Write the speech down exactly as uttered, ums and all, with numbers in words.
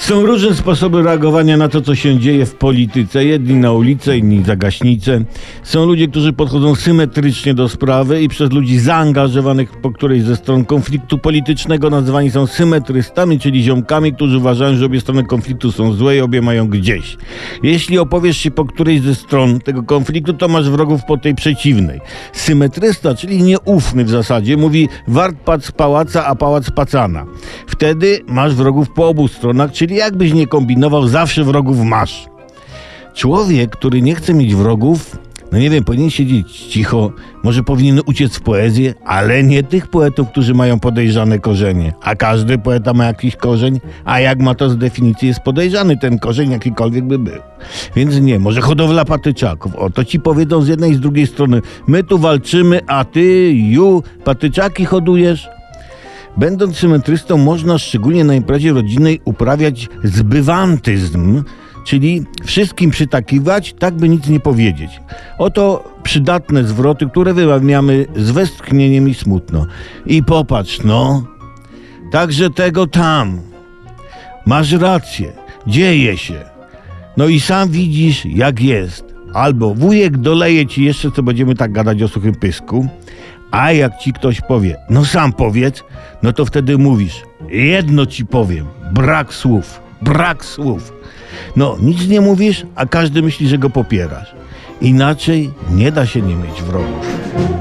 Są różne sposoby reagowania na to, co się dzieje w polityce. Jedni na ulicę, inni za gaśnicę. Są ludzie, którzy podchodzą symetrycznie do sprawy i przez ludzi zaangażowanych po którejś ze stron konfliktu politycznego nazywani są symetrystami, czyli ziomkami, którzy uważają, że obie strony konfliktu są złe i obie mają gdzieś. Jeśli opowiesz się po którejś ze stron tego konfliktu, to masz wrogów po tej przeciwnej. Symetrysta, czyli nieufny w zasadzie, mówi wart pac pałaca, a pałac pacana. Wtedy masz wrogów po obu stronach, czyli jakbyś nie kombinował, zawsze wrogów masz. Człowiek, który nie chce mieć wrogów, no nie wiem, powinien siedzieć cicho, może powinien uciec w poezję, ale nie tych poetów, którzy mają podejrzane korzenie. A każdy poeta ma jakiś korzeń, a jak ma to z definicji jest podejrzany ten korzeń, jakikolwiek by był. Więc nie, może hodowla patyczaków. O, to ci powiedzą z jednej i z drugiej strony, my tu walczymy, a ty, ju, patyczaki hodujesz? Będąc symetrystą, można szczególnie na imprezie rodzinnej uprawiać zbywantyzm, czyli wszystkim przytakiwać, tak by nic nie powiedzieć. Oto przydatne zwroty, które wymawiamy z westchnieniem i smutno. I popatrz, no, także tego tam. Masz rację, dzieje się. No i sam widzisz, jak jest. Albo wujek doleje ci jeszcze, co będziemy tak gadać o suchym pysku. A jak ci ktoś powie, no sam powiedz, no to wtedy mówisz, jedno ci powiem, brak słów, brak słów. No, nic nie mówisz, a każdy myśli, że go popierasz. Inaczej nie da się nie mieć wrogów.